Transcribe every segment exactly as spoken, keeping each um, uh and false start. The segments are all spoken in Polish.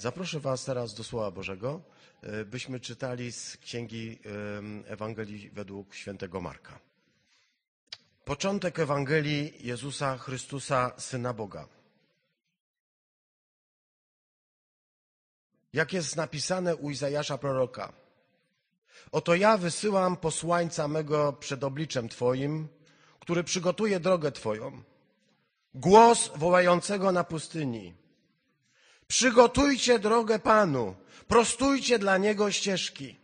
Zaproszę Was teraz do Słowa Bożego, byśmy czytali z Księgi Ewangelii według świętego Marka. Początek Ewangelii Jezusa Chrystusa, Syna Boga. Jak jest napisane u Izajasza proroka: oto ja wysyłam posłańca mego przed obliczem Twoim, który przygotuje drogę Twoją. Głos wołającego na pustyni: przygotujcie drogę Panu, prostujcie dla Niego ścieżki.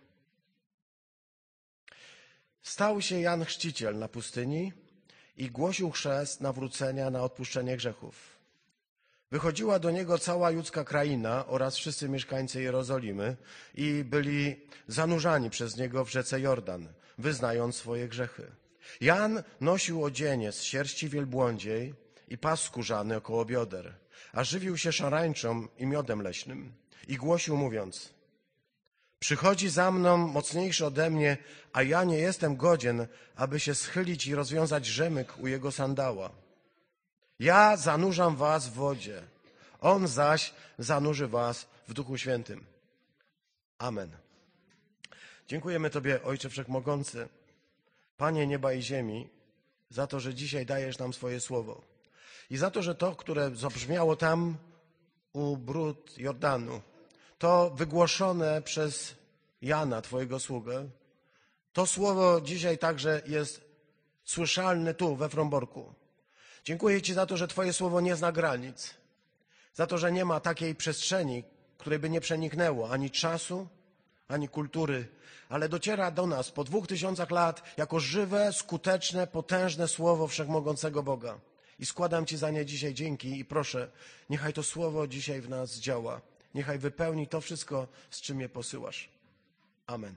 Stał się Jan Chrzciciel na pustyni i głosił chrzest nawrócenia na odpuszczenie grzechów. Wychodziła do niego cała judzka kraina oraz wszyscy mieszkańcy Jerozolimy i byli zanurzani przez niego w rzece Jordan, wyznając swoje grzechy. Jan nosił odzienie z sierści wielbłądziej i pas skórzany około bioder, a żywił się szarańczą i miodem leśnym i głosił mówiąc: przychodzi za mną mocniejszy ode mnie, a ja nie jestem godzien, aby się schylić i rozwiązać rzemyk u jego sandała. Ja zanurzam was w wodzie, on zaś zanurzy was w Duchu Świętym. Amen. Dziękujemy Tobie, Ojcze Wszechmogący, Panie nieba i ziemi, za to, że dzisiaj dajesz nam swoje słowo. I za to, że to, które zabrzmiało tam u bród Jordanu, to wygłoszone przez Jana, Twojego sługę, to słowo dzisiaj także jest słyszalne tu, we Fromborku. Dziękuję Ci za to, że Twoje słowo nie zna granic, za to, że nie ma takiej przestrzeni, której by nie przeniknęło ani czasu, ani kultury, ale dociera do nas po dwóch tysiącach lat jako żywe, skuteczne, potężne słowo Wszechmogącego Boga. I składam Ci za nie dzisiaj dzięki i proszę, niechaj to słowo dzisiaj w nas działa. Niechaj wypełni to wszystko, z czym je posyłasz. Amen.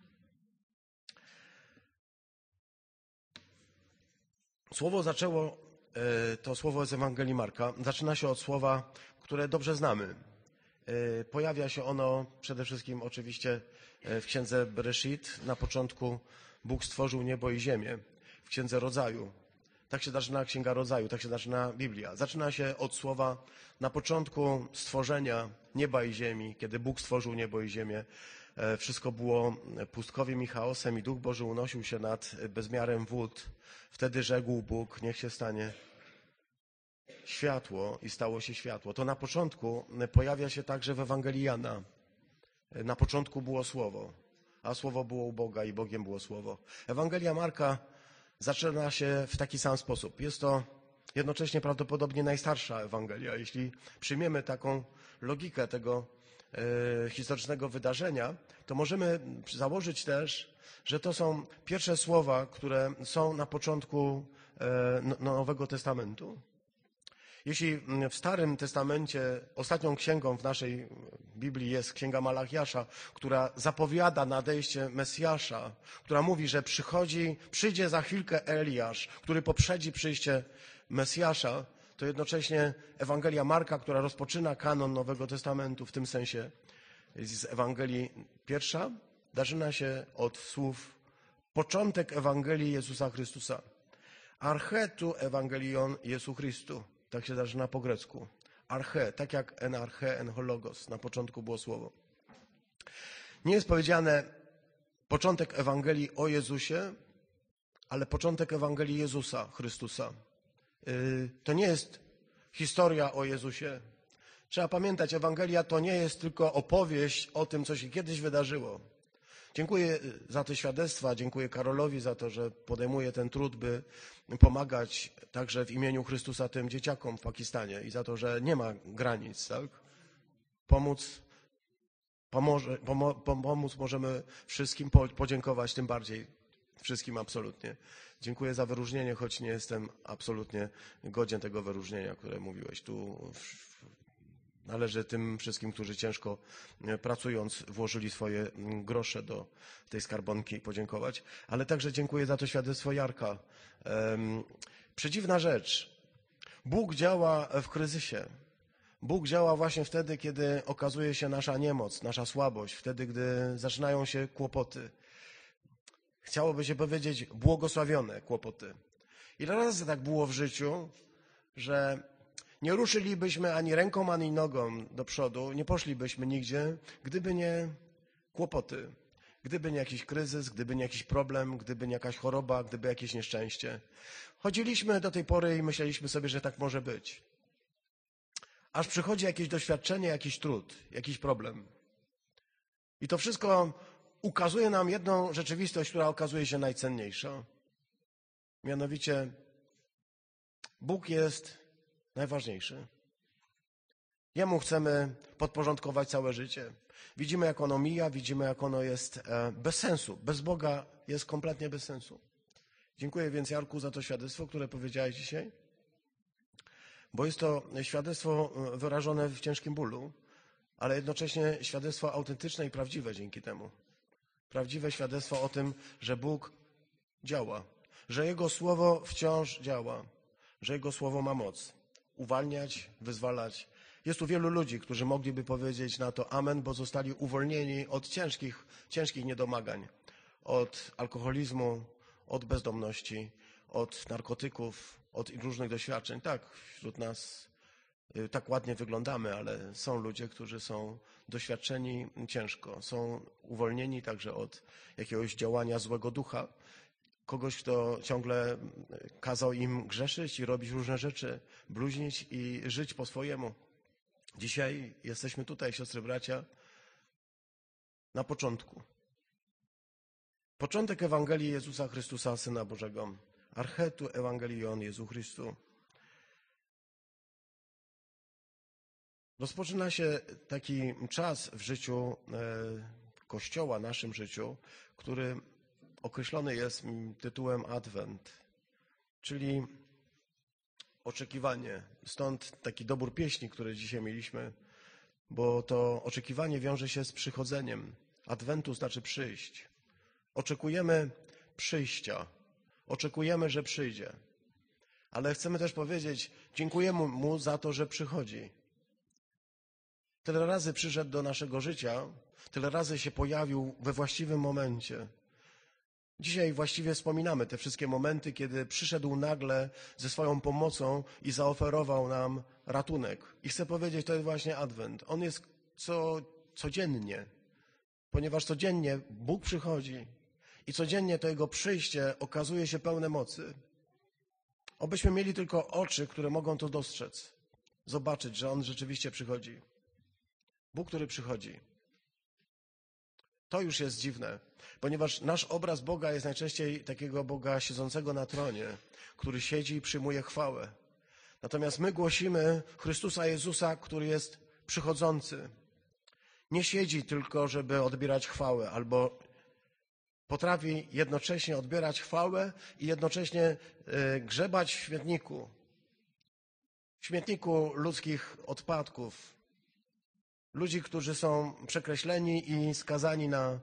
Słowo zaczęło, to słowo z Ewangelii Marka, zaczyna się od słowa, które dobrze znamy. Pojawia się ono przede wszystkim oczywiście w Księdze Bereshit. Na początku Bóg stworzył niebo i ziemię. W Księdze Rodzaju. Tak się zaczyna Księga Rodzaju, tak się zaczyna Biblia. Zaczyna się od słowa na początku stworzenia nieba i ziemi, kiedy Bóg stworzył niebo i ziemię. Wszystko było pustkowiem i chaosem i Duch Boży unosił się nad bezmiarem wód. Wtedy rzekł Bóg: niech się stanie światło i stało się światło. To na początku pojawia się także w Ewangelii Jana. Na początku było Słowo, a Słowo było u Boga i Bogiem było Słowo. Ewangelia Marka zaczyna się w taki sam sposób. Jest to jednocześnie prawdopodobnie najstarsza Ewangelia. Jeśli przyjmiemy taką logikę tego e, historycznego wydarzenia, to możemy założyć też, że to są pierwsze słowa, które są na początku e, Nowego Testamentu. Jeśli w Starym Testamencie ostatnią księgą w naszej Biblii jest Księga Malachiasza, która zapowiada nadejście Mesjasza, która mówi, że przychodzi, przyjdzie za chwilkę Eliasz, który poprzedzi przyjście Mesjasza, to jednocześnie Ewangelia Marka, która rozpoczyna kanon Nowego Testamentu, w tym sensie z Ewangelii pierwsza, zaczyna się od słów: początek Ewangelii Jezusa Chrystusa. Archetu Ewangelion Jezu Chrystu. Tak się zaczyna po grecku. Arche, tak jak en arche, en hologos. Na początku było słowo. Nie jest powiedziane początek Ewangelii o Jezusie, ale początek Ewangelii Jezusa Chrystusa. To nie jest historia o Jezusie. Trzeba pamiętać, Ewangelia to nie jest tylko opowieść o tym, co się kiedyś wydarzyło. Dziękuję za te świadectwa, dziękuję Karolowi za to, że podejmuje ten trud, by pomagać także w imieniu Chrystusa tym dzieciakom w Pakistanie i za to, że nie ma granic, tak? Pomóc, pomoże, pomo, pomóc możemy wszystkim, podziękować tym bardziej wszystkim absolutnie. Dziękuję za wyróżnienie, choć nie jestem absolutnie godzien tego wyróżnienia, które mówiłeś tu. Należy tym wszystkim, którzy ciężko pracując włożyli swoje grosze do tej skarbonki, podziękować. Ale także dziękuję za to świadectwo Jarka. Przedziwna rzecz. Bóg działa w kryzysie. Bóg działa właśnie wtedy, kiedy okazuje się nasza niemoc, nasza słabość, wtedy, gdy zaczynają się kłopoty. Chciałoby się powiedzieć błogosławione kłopoty. Ile razy tak było w życiu, że Nie ruszylibyśmy ani ręką, ani nogą do przodu, nie poszlibyśmy nigdzie, gdyby nie kłopoty, gdyby nie jakiś kryzys, gdyby nie jakiś problem, gdyby nie jakaś choroba, gdyby jakieś nieszczęście. Chodziliśmy do tej pory i myśleliśmy sobie, że tak może być. Aż przychodzi jakieś doświadczenie, jakiś trud, jakiś problem. I to wszystko ukazuje nam jedną rzeczywistość, która okazuje się najcenniejsza. Mianowicie Bóg jest najważniejszy. Jemu chcemy podporządkować całe życie. Widzimy, jak ono mija, widzimy, jak ono jest bez sensu. Bez Boga jest kompletnie bez sensu. Dziękuję więc, Jarku, za to świadectwo, które powiedziałeś dzisiaj, bo jest to świadectwo wyrażone w ciężkim bólu, ale jednocześnie świadectwo autentyczne i prawdziwe dzięki temu. Prawdziwe świadectwo o tym, że Bóg działa, że Jego Słowo wciąż działa, że Jego Słowo ma moc uwalniać, wyzwalać. Jest tu wielu ludzi, którzy mogliby powiedzieć na to amen, bo zostali uwolnieni od ciężkich, ciężkich niedomagań, od alkoholizmu, od bezdomności, od narkotyków, od różnych doświadczeń. Tak, wśród nas tak ładnie wyglądamy, ale są ludzie, którzy są doświadczeni ciężko, są uwolnieni także od jakiegoś działania złego ducha, kogoś, kto ciągle kazał im grzeszyć i robić różne rzeczy, bluźnić i żyć po swojemu. Dzisiaj jesteśmy tutaj, siostry, bracia, na początku. Początek Ewangelii Jezusa Chrystusa, Syna Bożego. Archetu Ewangelion Jezu Chrystu. Rozpoczyna się taki czas w życiu Kościoła, naszym życiu, który określony jest tytułem Adwent, czyli oczekiwanie. Stąd taki dobór pieśni, który dzisiaj mieliśmy, bo to oczekiwanie wiąże się z przychodzeniem. Adwentu znaczy przyjść. Oczekujemy przyjścia. Oczekujemy, że przyjdzie. Ale chcemy też powiedzieć, dziękujemy Mu za to, że przychodzi. Tyle razy przyszedł do naszego życia, tyle razy się pojawił we właściwym momencie. Dzisiaj właściwie wspominamy te wszystkie momenty, kiedy przyszedł nagle ze swoją pomocą i zaoferował nam ratunek. I chcę powiedzieć, to jest właśnie Adwent. On jest co, codziennie, ponieważ codziennie Bóg przychodzi i codziennie to Jego przyjście okazuje się pełne mocy. Obyśmy mieli tylko oczy, które mogą to dostrzec, zobaczyć, że On rzeczywiście przychodzi. Bóg, który przychodzi. To już jest dziwne, ponieważ nasz obraz Boga jest najczęściej takiego Boga siedzącego na tronie, który siedzi i przyjmuje chwałę. Natomiast my głosimy Chrystusa Jezusa, który jest przychodzący. Nie siedzi tylko, żeby odbierać chwałę, albo potrafi jednocześnie odbierać chwałę i jednocześnie grzebać w śmietniku, w śmietniku ludzkich odpadków, ludzi, którzy są przekreśleni i skazani na,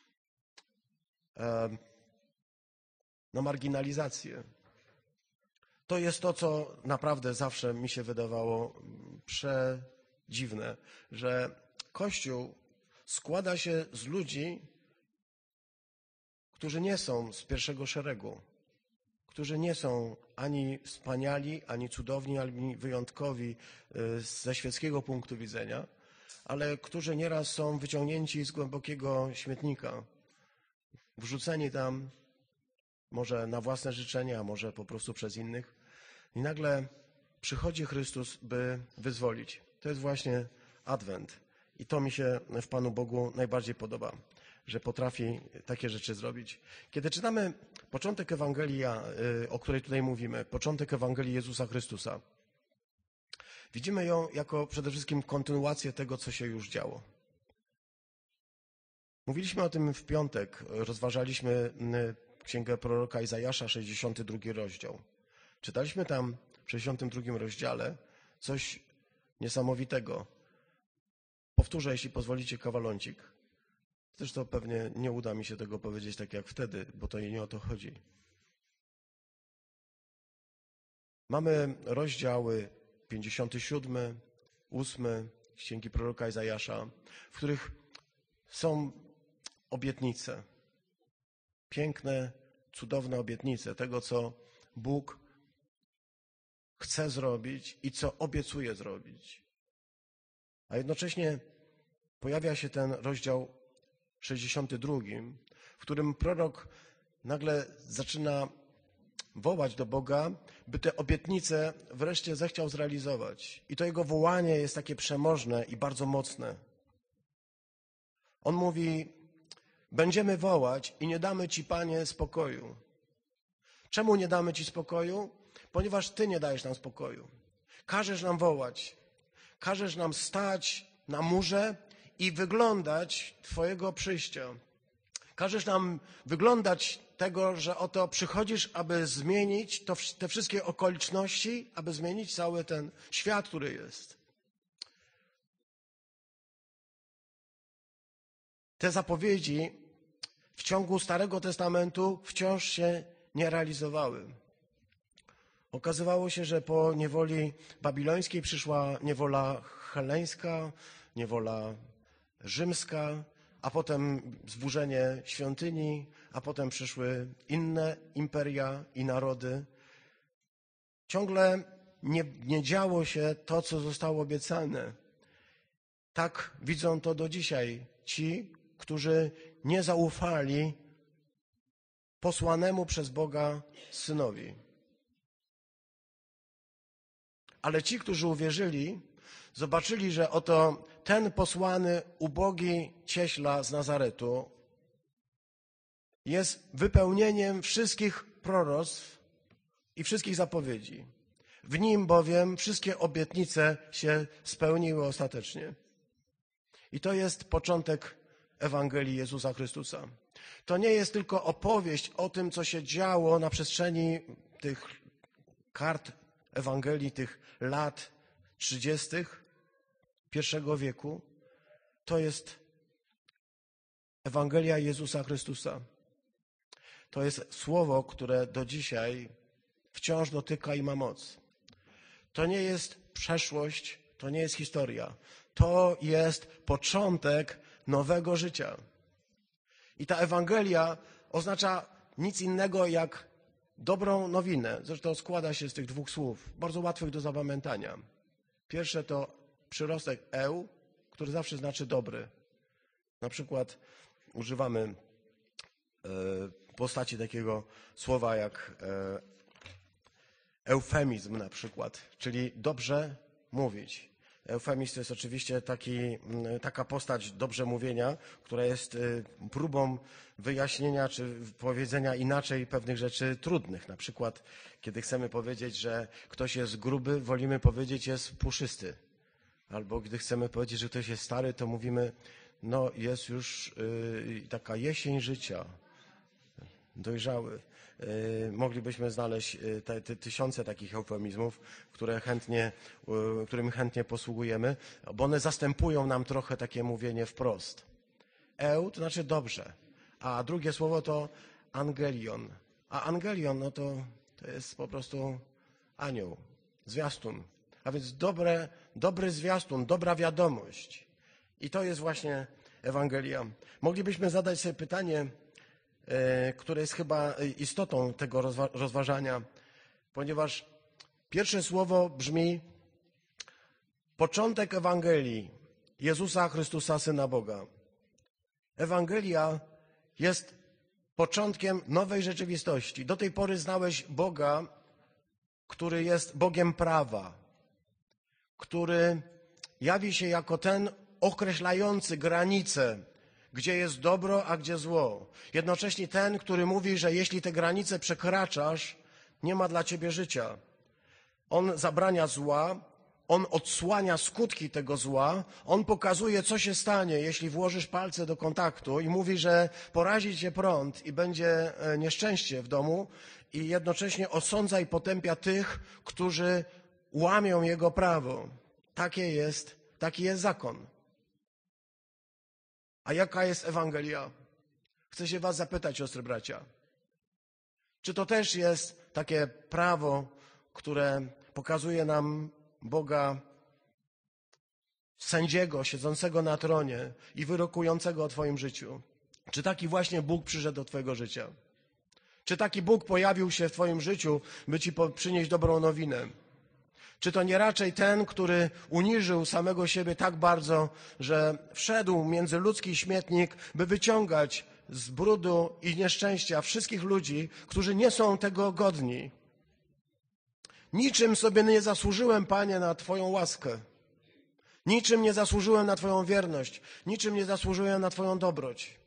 na marginalizację. To jest to, co naprawdę zawsze mi się wydawało przedziwne, że Kościół składa się z ludzi, którzy nie są z pierwszego szeregu, którzy nie są ani wspaniali, ani cudowni, ani wyjątkowi ze świeckiego punktu widzenia, ale którzy nieraz są wyciągnięci z głębokiego śmietnika, wrzuceni tam może na własne życzenia, a może po prostu przez innych. I nagle przychodzi Chrystus, by wyzwolić. To jest właśnie Adwent. I to mi się w Panu Bogu najbardziej podoba, że potrafi takie rzeczy zrobić. Kiedy czytamy początek Ewangelii, o której tutaj mówimy, początek Ewangelii Jezusa Chrystusa, widzimy ją jako przede wszystkim kontynuację tego, co się już działo. Mówiliśmy o tym w piątek, rozważaliśmy Księgę proroka Izajasza, sześćdziesiąty drugi rozdział. Czytaliśmy tam w sześćdziesiątym drugim rozdziale coś niesamowitego. Powtórzę, jeśli pozwolicie, kawaloncik. Zresztą pewnie nie uda mi się tego powiedzieć tak jak wtedy, bo to nie o to chodzi. Mamy rozdziały pięćdziesiąty siódmy, ósmy Księgi proroka Izajasza, w których są obietnice. Piękne, cudowne obietnice tego, co Bóg chce zrobić i co obiecuje zrobić. A jednocześnie pojawia się ten rozdział sześćdziesiąty drugi, w którym prorok nagle zaczyna wołać do Boga, by te obietnice wreszcie zechciał zrealizować. I to jego wołanie jest takie przemożne i bardzo mocne. On mówi: będziemy wołać i nie damy Ci, Panie, spokoju. Czemu nie damy Ci spokoju? Ponieważ Ty nie dajesz nam spokoju. Każesz nam wołać, każesz nam stać na murze i wyglądać Twojego przyjścia. Każesz nam wyglądać tego, że oto przychodzisz, aby zmienić to, te wszystkie okoliczności, aby zmienić cały ten świat, który jest. Te zapowiedzi w ciągu Starego Testamentu wciąż się nie realizowały. Okazywało się, że po niewoli babilońskiej przyszła niewola heleńska, niewola rzymska, a potem zburzenie świątyni, a potem przyszły inne imperia i narody. Ciągle nie, nie działo się to, co zostało obiecane. Tak widzą to do dzisiaj ci, którzy nie zaufali posłanemu przez Boga Synowi. Ale ci, którzy uwierzyli, zobaczyli, że oto ten posłany, ubogi cieśla z Nazaretu jest wypełnieniem wszystkich proroctw i wszystkich zapowiedzi. W nim bowiem wszystkie obietnice się spełniły ostatecznie. I to jest początek Ewangelii Jezusa Chrystusa. To nie jest tylko opowieść o tym, co się działo na przestrzeni tych kart Ewangelii, tych lat trzydziestych pierwszego wieku. To jest Ewangelia Jezusa Chrystusa. To jest słowo, które do dzisiaj wciąż dotyka i ma moc. To nie jest przeszłość, to nie jest historia. To jest początek nowego życia. I ta Ewangelia oznacza nic innego jak dobrą nowinę. Zresztą składa się z tych dwóch słów, bardzo łatwych do zapamiętania. Pierwsze to przyrostek eu, który zawsze znaczy dobry. Na przykład używamy w postaci takiego słowa jak eufemizm na przykład, czyli dobrze mówić. Eufemizm to jest oczywiście taki, taka postać dobrze mówienia, która jest próbą wyjaśnienia czy powiedzenia inaczej pewnych rzeczy trudnych. Na przykład, kiedy chcemy powiedzieć, że ktoś jest gruby, wolimy powiedzieć, jest puszysty. Albo gdy chcemy powiedzieć, że ktoś jest stary, to mówimy, no jest już yy, taka jesień życia, dojrzały. Yy, moglibyśmy znaleźć te, te tysiące takich eufemizmów, które chętnie, yy, którymi chętnie posługujemy, bo one zastępują nam trochę takie mówienie wprost. Eu to znaczy dobrze, a drugie słowo to angelion. A angelion no to, to jest po prostu anioł, zwiastun. A więc dobre, dobry zwiastun, dobra wiadomość. I to jest właśnie Ewangelia. Moglibyśmy zadać sobie pytanie, które jest chyba istotą tego rozważania, ponieważ pierwsze słowo brzmi początek Ewangelii Jezusa Chrystusa, Syna Boga. Ewangelia jest początkiem nowej rzeczywistości. Do tej pory znałeś Boga, który jest Bogiem prawa, który jawi się jako ten określający granice, gdzie jest dobro, a gdzie zło. Jednocześnie ten, który mówi, że jeśli te granice przekraczasz, nie ma dla ciebie życia. On zabrania zła, on odsłania skutki tego zła, on pokazuje, co się stanie, jeśli włożysz palce do kontaktu i mówi, że porazi cię prąd i będzie nieszczęście w domu i jednocześnie osądza i potępia tych, którzy łamią jego prawo. Takie jest, taki jest zakon. A jaka jest Ewangelia? Chcę się was zapytać, siostry, bracia. Czy to też jest takie prawo, które pokazuje nam Boga sędziego siedzącego na tronie i wyrokującego o twoim życiu? Czy taki właśnie Bóg przyszedł do twojego życia? Czy taki Bóg pojawił się w twoim życiu, by ci przynieść dobrą nowinę? Czy to nie raczej ten, który uniżył samego siebie tak bardzo, że wszedł między ludzki śmietnik, by wyciągać z brudu i nieszczęścia wszystkich ludzi, którzy nie są tego godni? Niczym sobie nie zasłużyłem, Panie, na Twoją łaskę. Niczym nie zasłużyłem na Twoją wierność. Niczym nie zasłużyłem na Twoją dobroć.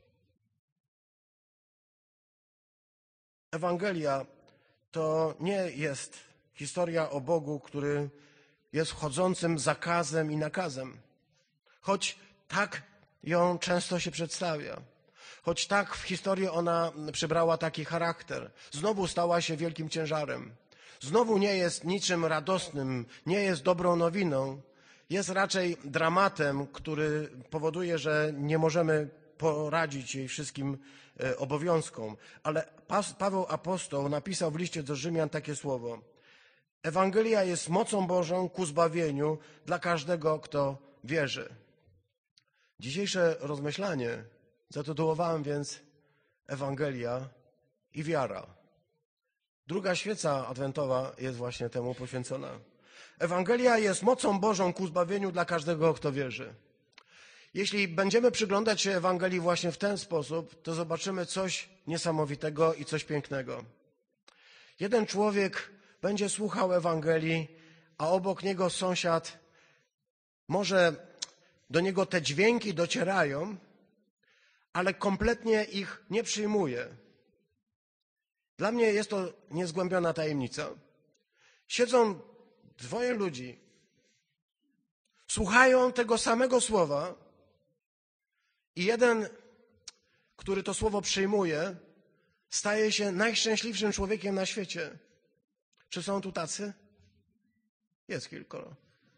Ewangelia to nie jest historia o Bogu, który jest chodzącym zakazem i nakazem. Choć tak ją często się przedstawia. Choć tak w historii ona przybrała taki charakter. Znowu stała się wielkim ciężarem. Znowu nie jest niczym radosnym, nie jest dobrą nowiną. Jest raczej dramatem, który powoduje, że nie możemy poradzić jej wszystkim obowiązkom. Ale Paweł apostoł napisał w liście do Rzymian takie słowo. Ewangelia jest mocą Bożą ku zbawieniu dla każdego, kto wierzy. Dzisiejsze rozmyślanie zatytułowałem więc Ewangelia i wiara. Druga świeca adwentowa jest właśnie temu poświęcona. Ewangelia jest mocą Bożą ku zbawieniu dla każdego, kto wierzy. Jeśli będziemy przyglądać się Ewangelii właśnie w ten sposób, to zobaczymy coś niesamowitego i coś pięknego. Jeden człowiek będzie słuchał Ewangelii, a obok niego sąsiad, może do niego te dźwięki docierają, ale kompletnie ich nie przyjmuje. Dla mnie jest to niezgłębiona tajemnica. Siedzą dwoje ludzi, słuchają tego samego słowa i jeden, który to słowo przyjmuje, staje się najszczęśliwszym człowiekiem na świecie. Czy są tu tacy? Jest kilkoro.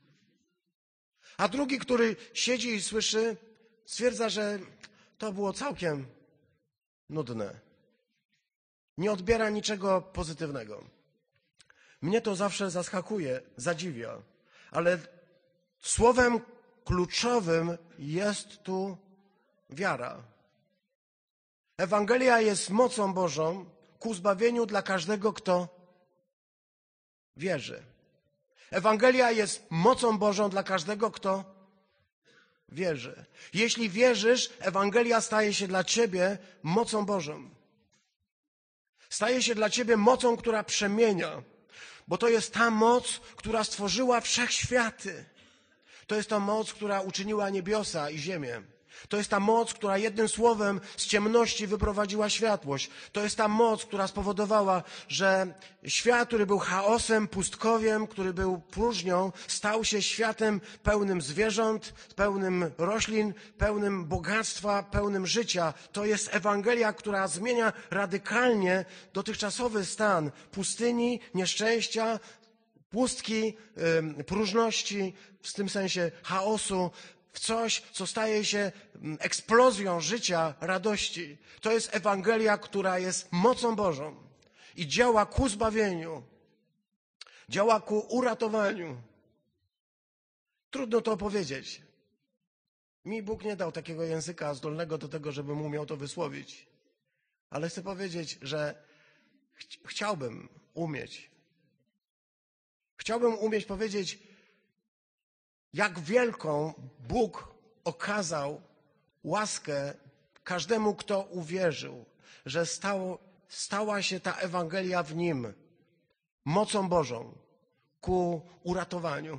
A drugi, który siedzi i słyszy, stwierdza, że to było całkiem nudne. Nie odbiera niczego pozytywnego. Mnie to zawsze zaskakuje, zadziwia, ale słowem kluczowym jest tu wiara. Ewangelia jest mocą Bożą ku zbawieniu dla każdego, kto wierzy. Ewangelia jest mocą Bożą dla każdego, kto wierzy. Jeśli wierzysz, Ewangelia staje się dla ciebie mocą Bożą. Staje się dla ciebie mocą, która przemienia, bo to jest ta moc, która stworzyła wszechświaty. To jest ta moc, która uczyniła niebiosa i ziemię. To jest ta moc, która jednym słowem z ciemności wyprowadziła światłość. To jest ta moc, która spowodowała, że świat, który był chaosem, pustkowiem, który był próżnią, stał się światem pełnym zwierząt, pełnym roślin, pełnym bogactwa, pełnym życia. To jest Ewangelia, która zmienia radykalnie dotychczasowy stan pustyni, nieszczęścia, pustki, próżności, w tym sensie chaosu, w coś, co staje się eksplozją życia, radości. To jest Ewangelia, która jest mocą Bożą i działa ku zbawieniu, działa ku uratowaniu. Trudno to powiedzieć. Mi Bóg nie dał takiego języka zdolnego do tego, żebym umiał to wysłowić. Ale chcę powiedzieć, że ch- chciałbym umieć. Chciałbym umieć powiedzieć, jak wielką Bóg okazał łaskę każdemu, kto uwierzył, że stało, stała się ta Ewangelia w nim mocą Bożą ku uratowaniu.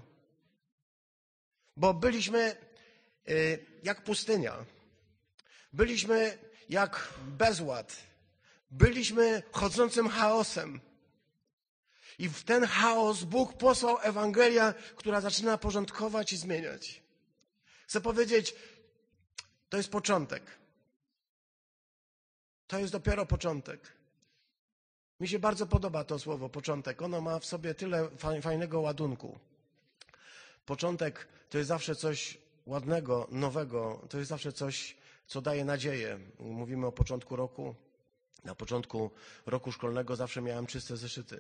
Bo byliśmy y, jak pustynia, byliśmy jak bezład, byliśmy chodzącym chaosem. I w ten chaos Bóg posłał Ewangelię, która zaczyna porządkować i zmieniać. Chcę powiedzieć, to jest początek. To jest dopiero początek. Mi się bardzo podoba to słowo początek. Ono ma w sobie tyle fajnego ładunku. Początek to jest zawsze coś ładnego, nowego. To jest zawsze coś, co daje nadzieję. Mówimy o początku roku. Na początku roku szkolnego zawsze miałem czyste zeszyty.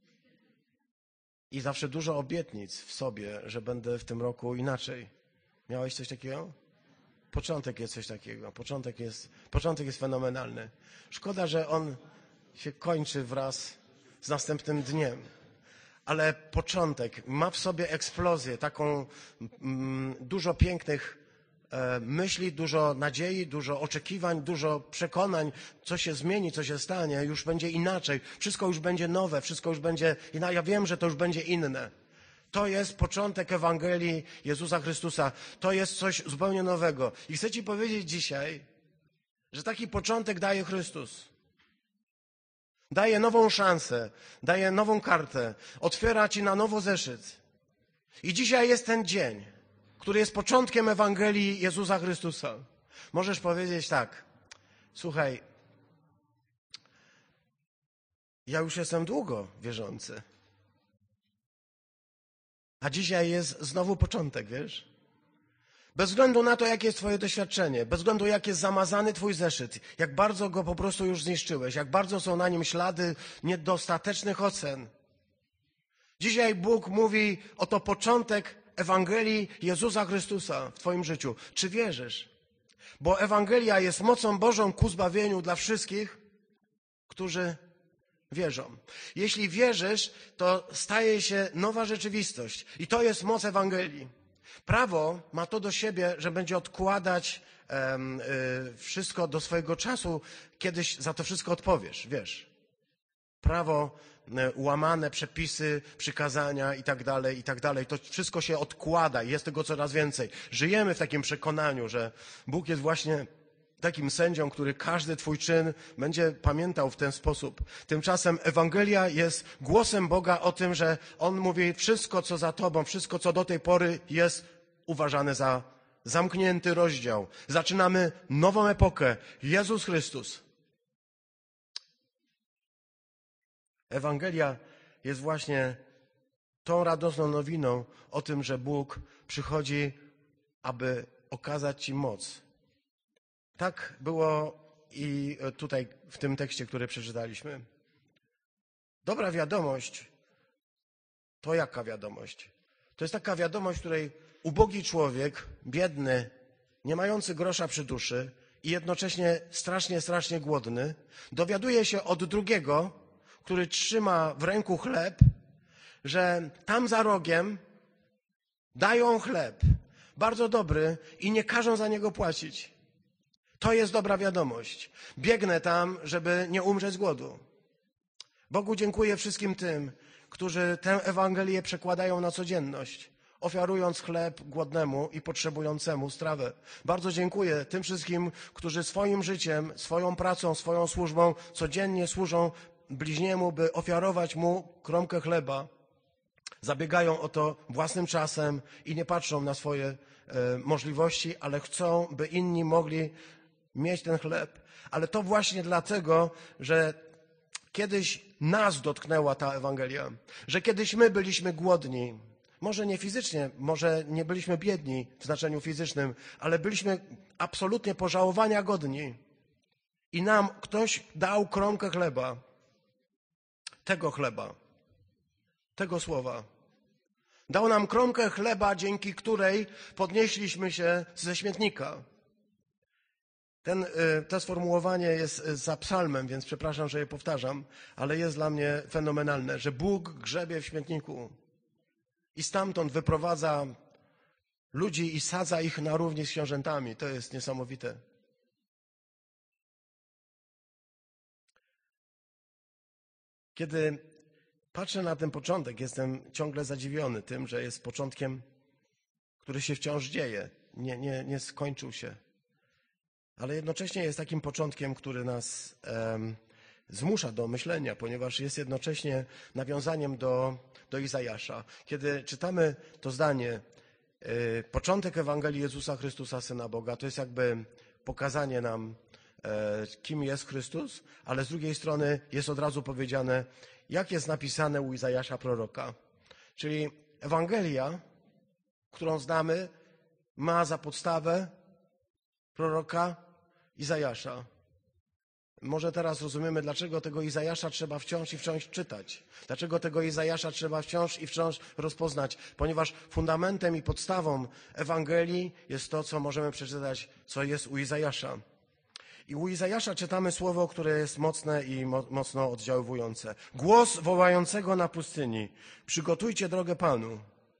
I zawsze dużo obietnic w sobie, że będę w tym roku inaczej. Miałeś coś takiego? Początek jest coś takiego. Początek jest, początek jest fenomenalny. Szkoda, że on się kończy wraz z następnym dniem. ale początek ma w sobie eksplozję, taką mm, dużo pięknych e, myśli, dużo nadziei, dużo oczekiwań, dużo przekonań, co się zmieni, co się stanie, już będzie inaczej, wszystko już będzie nowe, wszystko już będzie inne. Ja wiem, że to już będzie inne. To jest początek Ewangelii Jezusa Chrystusa. To jest coś zupełnie nowego. I chcę ci powiedzieć dzisiaj, że taki początek daje Chrystus. Daje nową szansę, daje nową kartę, otwiera ci na nowo zeszyt. I dzisiaj jest ten dzień, który jest początkiem Ewangelii Jezusa Chrystusa. Możesz powiedzieć tak, słuchaj, ja już jestem długo wierzący, a dzisiaj jest znowu początek, wiesz? Bez względu na to, jakie jest twoje doświadczenie, bez względu jak jest zamazany twój zeszyt, jak bardzo go po prostu już zniszczyłeś, jak bardzo są na nim ślady niedostatecznych ocen. Dzisiaj Bóg mówi, oto początek Ewangelii Jezusa Chrystusa w twoim życiu. Czy wierzysz? Bo Ewangelia jest mocą Bożą ku zbawieniu dla wszystkich, którzy wierzą. Jeśli wierzysz, to staje się nowa rzeczywistość. I to jest moc Ewangelii. Prawo ma to do siebie, że będzie odkładać um, y, wszystko do swojego czasu, kiedyś za to wszystko odpowiesz, wiesz. Prawo, y, łamane przepisy, przykazania i tak dalej, i tak dalej. To wszystko się odkłada i jest tego coraz więcej. Żyjemy w takim przekonaniu, że Bóg jest właśnie takim sędzią, który każdy twój czyn będzie pamiętał w ten sposób. Tymczasem Ewangelia jest głosem Boga o tym, że On mówi, wszystko co za tobą, wszystko co do tej pory jest uważane za zamknięty rozdział. Zaczynamy nową epokę. Jezus Chrystus. Ewangelia jest właśnie tą radosną nowiną o tym, że Bóg przychodzi, aby okazać ci moc. Tak było i tutaj w tym tekście, który przeczytaliśmy. Dobra wiadomość to jaka wiadomość? To jest taka wiadomość, w której ubogi człowiek, biedny, nie mający grosza przy duszy i jednocześnie strasznie, strasznie głodny, dowiaduje się od drugiego, który trzyma w ręku chleb, że tam za rogiem dają chleb, bardzo dobry i nie każą za niego płacić. To jest dobra wiadomość. Biegnę tam, żeby nie umrzeć z głodu. Bogu dziękuję wszystkim tym, którzy tę Ewangelię przekładają na codzienność, ofiarując chleb głodnemu i potrzebującemu strawę. Bardzo dziękuję tym wszystkim, którzy swoim życiem, swoją pracą, swoją służbą codziennie służą bliźniemu, by ofiarować mu kromkę chleba. Zabiegają o to własnym czasem i nie patrzą na swoje e, możliwości, ale chcą, by inni mogli mieć ten chleb. Ale to właśnie dlatego, że kiedyś nas dotknęła ta Ewangelia, że kiedyś my byliśmy głodni. Może nie fizycznie, może nie byliśmy biedni w znaczeniu fizycznym, ale byliśmy absolutnie pożałowania godni. I nam ktoś dał kromkę chleba. Tego chleba. Tego słowa. Dał nam kromkę chleba, dzięki której podnieśliśmy się ze śmietnika. Ten, to sformułowanie jest za psalmem, więc przepraszam, że je powtarzam, ale jest dla mnie fenomenalne, że Bóg grzebie w śmietniku i stamtąd wyprowadza ludzi i sadza ich na równi z książętami. To jest niesamowite. Kiedy patrzę na ten początek, jestem ciągle zadziwiony tym, że jest początkiem, który się wciąż dzieje. Nie, nie, nie skończył się. Ale jednocześnie jest takim początkiem, który nas um, zmusza do myślenia, ponieważ jest jednocześnie nawiązaniem do, do Izajasza. Kiedy czytamy to zdanie, y, początek Ewangelii Jezusa Chrystusa, Syna Boga, to jest jakby pokazanie nam, y, kim jest Chrystus, ale z drugiej strony jest od razu powiedziane, jak jest napisane u Izajasza proroka. Czyli Ewangelia, którą znamy, ma za podstawę proroka Izajasza. Może teraz rozumiemy, dlaczego tego Izajasza trzeba wciąż i wciąż czytać. Dlaczego tego Izajasza trzeba wciąż i wciąż rozpoznać. Ponieważ fundamentem i podstawą Ewangelii jest to, co możemy przeczytać, co jest u Izajasza. I u Izajasza czytamy słowo, które jest mocne i mo- mocno oddziaływujące. Głos wołającego na pustyni. Przygotujcie drogę Panu.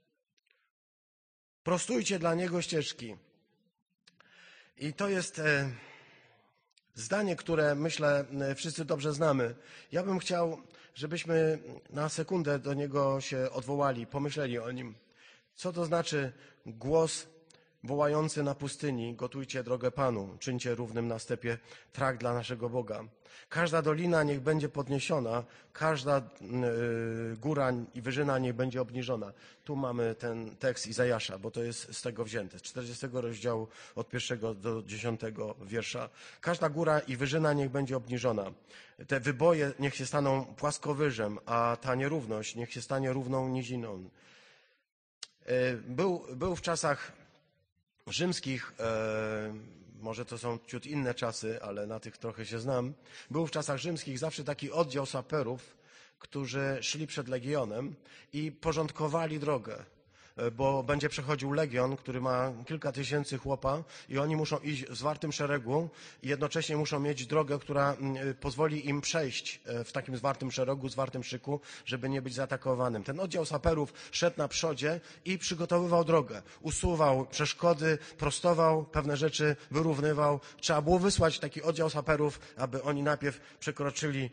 Prostujcie dla Niego ścieżki. I to jest e, zdanie, które myślę wszyscy dobrze znamy. Ja bym chciał, żebyśmy na sekundę do niego się odwołali, pomyśleli o nim. Co to znaczy głos wołający na pustyni, gotujcie drogę Panu, czyńcie równym na stepie trakt dla naszego Boga. Każda dolina niech będzie podniesiona, każda y, góra i wyżyna niech będzie obniżona. Tu mamy ten tekst Izajasza, bo to jest z tego wzięte, z czterdziestego rozdziału od pierwszego do dziesiątego wiersza. Każda góra i wyżyna niech będzie obniżona. Te wyboje niech się staną płaskowyżem, a ta nierówność niech się stanie równą niziną. Y, był, był w czasach rzymskich, e, może to są ciut inne czasy, ale na tych trochę się znam. Był w czasach rzymskich zawsze taki oddział saperów, którzy szli przed legionem i porządkowali drogę, bo będzie przechodził legion, który ma kilka tysięcy chłopa i oni muszą iść w zwartym szeregu i jednocześnie muszą mieć drogę, która pozwoli im przejść w takim zwartym szeregu, zwartym szyku, żeby nie być zaatakowanym. Ten oddział saperów szedł na przodzie i przygotowywał drogę. Usuwał przeszkody, prostował pewne rzeczy, wyrównywał. Trzeba było wysłać taki oddział saperów, aby oni najpierw przekroczyli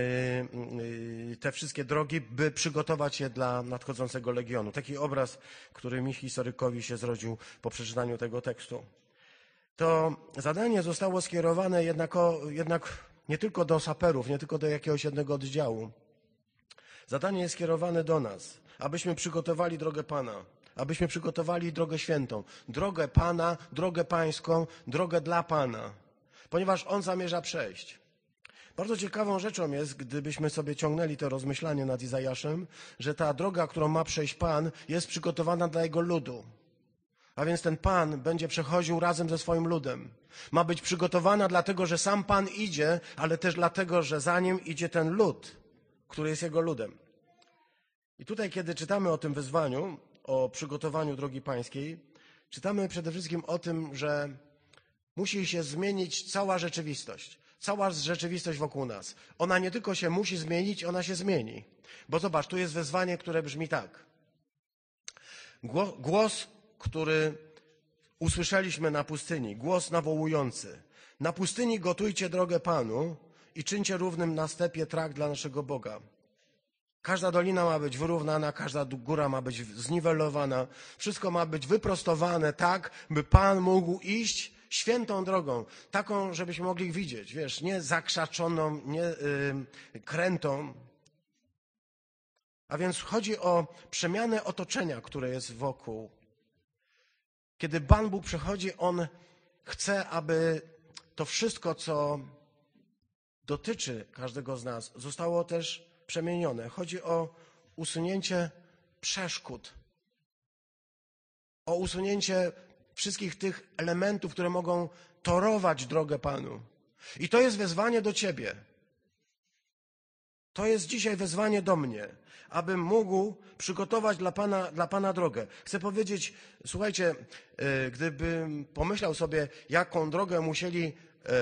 te wszystkie drogi, by przygotować je dla nadchodzącego legionu. Taki obraz, który mi historykowi się zrodził po przeczytaniu tego tekstu. To zadanie zostało skierowane jednak, jednak nie tylko do saperów, nie tylko do jakiegoś jednego oddziału. Zadanie jest skierowane do nas, abyśmy przygotowali drogę Pana, abyśmy przygotowali drogę świętą, drogę Pana, drogę pańską, drogę dla Pana, ponieważ On zamierza przejść. Bardzo ciekawą rzeczą jest, gdybyśmy sobie ciągnęli to rozmyślanie nad Izajaszem, że ta droga, którą ma przejść Pan, jest przygotowana dla Jego ludu. A więc ten Pan będzie przechodził razem ze swoim ludem. Ma być przygotowana dlatego, że sam Pan idzie, ale też dlatego, że za Nim idzie ten lud, który jest Jego ludem. I tutaj, kiedy czytamy o tym wyzwaniu, o przygotowaniu drogi pańskiej, czytamy przede wszystkim o tym, że musi się zmienić cała rzeczywistość. Cała rzeczywistość wokół nas. Ona nie tylko się musi zmienić, ona się zmieni. Bo zobacz, tu jest wezwanie, które brzmi tak. Głos, który usłyszeliśmy na pustyni, głos nawołujący. Na pustyni gotujcie drogę Panu i czyńcie równym na stepie trakt dla naszego Boga. Każda dolina ma być wyrównana, każda góra ma być zniwelowana. Wszystko ma być wyprostowane tak, by Pan mógł iść świętą drogą, taką, żebyśmy mogli ich widzieć, wiesz, nie zakrzaczoną, nie yy, krętą. A więc chodzi o przemianę otoczenia, które jest wokół. Kiedy Pan Bóg przychodzi, On chce, aby to wszystko, co dotyczy każdego z nas, zostało też przemienione. Chodzi o usunięcie przeszkód, o usunięcie wszystkich tych elementów, które mogą torować drogę Panu. I to jest wezwanie do ciebie. To jest dzisiaj wezwanie do mnie, abym mógł przygotować dla Pana, dla Pana drogę. Chcę powiedzieć, słuchajcie, gdybym pomyślał sobie, jaką drogę musieli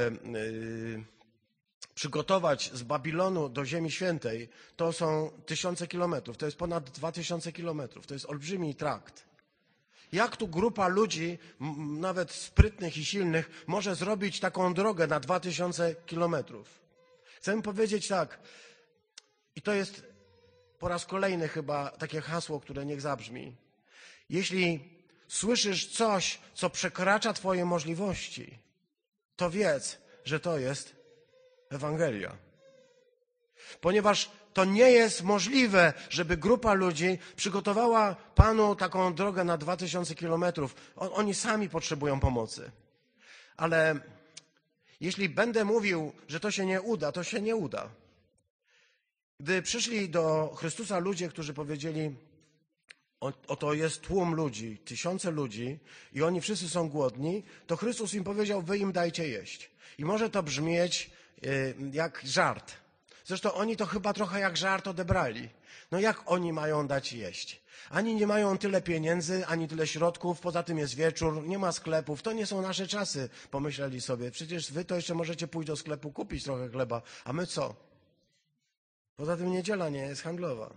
przygotować z Babilonu do Ziemi Świętej, to są tysiące kilometrów, to jest ponad dwa tysiące kilometrów, to jest olbrzymi trakt. Jak tu grupa ludzi, nawet sprytnych i silnych, może zrobić taką drogę na dwa tysiące kilometrów? Chcę powiedzieć tak, i to jest po raz kolejny chyba takie hasło, które niech zabrzmi. Jeśli słyszysz coś, co przekracza twoje możliwości, to wiedz, że to jest Ewangelia. Ponieważ to nie jest możliwe, żeby grupa ludzi przygotowała Panu taką drogę na dwa tysiące kilometrów. Oni sami potrzebują pomocy. Ale jeśli będę mówił, że to się nie uda, to się nie uda. Gdy przyszli do Chrystusa ludzie, którzy powiedzieli, oto jest tłum ludzi, tysiące ludzi i oni wszyscy są głodni, to Chrystus im powiedział, wy im dajcie jeść. I może to brzmieć jak żart. Zresztą oni to chyba trochę jak żart odebrali. No jak oni mają dać jeść? Ani nie mają tyle pieniędzy, ani tyle środków, poza tym jest wieczór, nie ma sklepów, to nie są nasze czasy, pomyśleli sobie. Przecież wy to jeszcze możecie pójść do sklepu, kupić trochę chleba, a my co? Poza tym niedziela nie jest handlowa.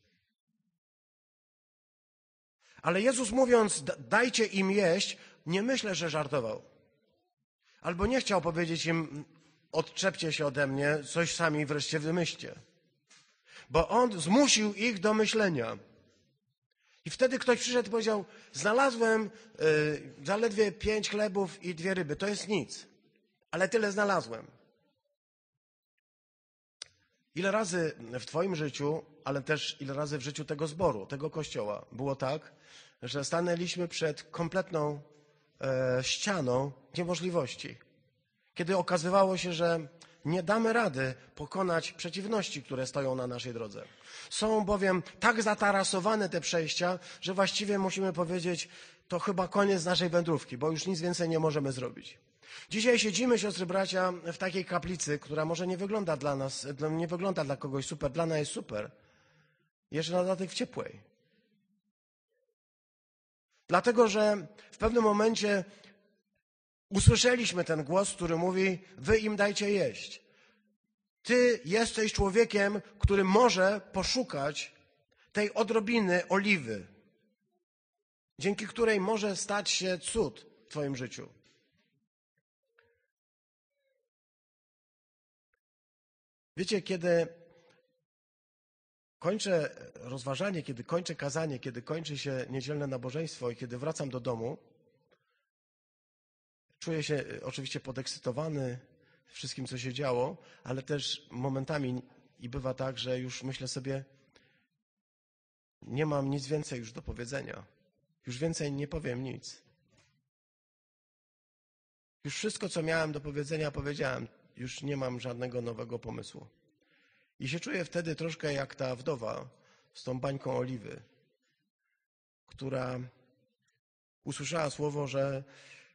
Ale Jezus mówiąc, dajcie im jeść, nie myślę, że żartował. Albo nie chciał powiedzieć im, odczepcie się ode mnie, coś sami wreszcie wymyślcie. Bo On zmusił ich do myślenia. I wtedy ktoś przyszedł i powiedział, znalazłem y, zaledwie pięć chlebów i dwie ryby. To jest nic, ale tyle znalazłem. Ile razy w twoim życiu, ale też ile razy w życiu tego zboru, tego kościoła było tak, że stanęliśmy przed kompletną e, ścianą niemożliwości. Kiedy okazywało się, że nie damy rady pokonać przeciwności, które stoją na naszej drodze. Są bowiem tak zatarasowane te przejścia, że właściwie musimy powiedzieć, to chyba koniec naszej wędrówki, bo już nic więcej nie możemy zrobić. Dzisiaj siedzimy, siostry, bracia, w takiej kaplicy, która może nie wygląda dla nas, nie wygląda dla kogoś super, dla nas jest super. Jeszcze na dodatek w ciepłej. Dlatego, że w pewnym momencie usłyszeliśmy ten głos, który mówi, wy im dajcie jeść. Ty jesteś człowiekiem, który może poszukać tej odrobiny oliwy, dzięki której może stać się cud w twoim życiu. Wiecie, kiedy kończę rozważanie, kiedy kończę kazanie, kiedy kończy się niedzielne nabożeństwo i kiedy wracam do domu, czuję się oczywiście podekscytowany wszystkim, co się działo, ale też momentami i bywa tak, że już myślę sobie, nie mam nic więcej już do powiedzenia. Już więcej nie powiem nic. Już wszystko, co miałem do powiedzenia, powiedziałem. Już nie mam żadnego nowego pomysłu. I się czuję wtedy troszkę jak ta wdowa z tą bańką oliwy, która usłyszała słowo, że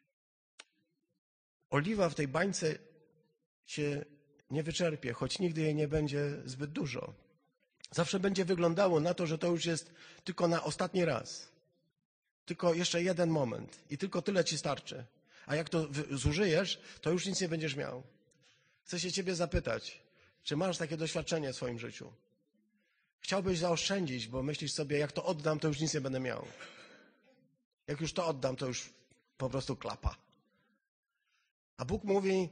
oliwa w tej bańce się nie wyczerpie, choć nigdy jej nie będzie zbyt dużo. Zawsze będzie wyglądało na to, że to już jest tylko na ostatni raz. Tylko jeszcze jeden moment i tylko tyle ci starczy. A jak to zużyjesz, to już nic nie będziesz miał. Chcę się ciebie zapytać, czy masz takie doświadczenie w swoim życiu? Chciałbyś zaoszczędzić, bo myślisz sobie, jak to oddam, to już nic nie będę miał. Jak już to oddam, to już po prostu klapa. A Bóg mówi,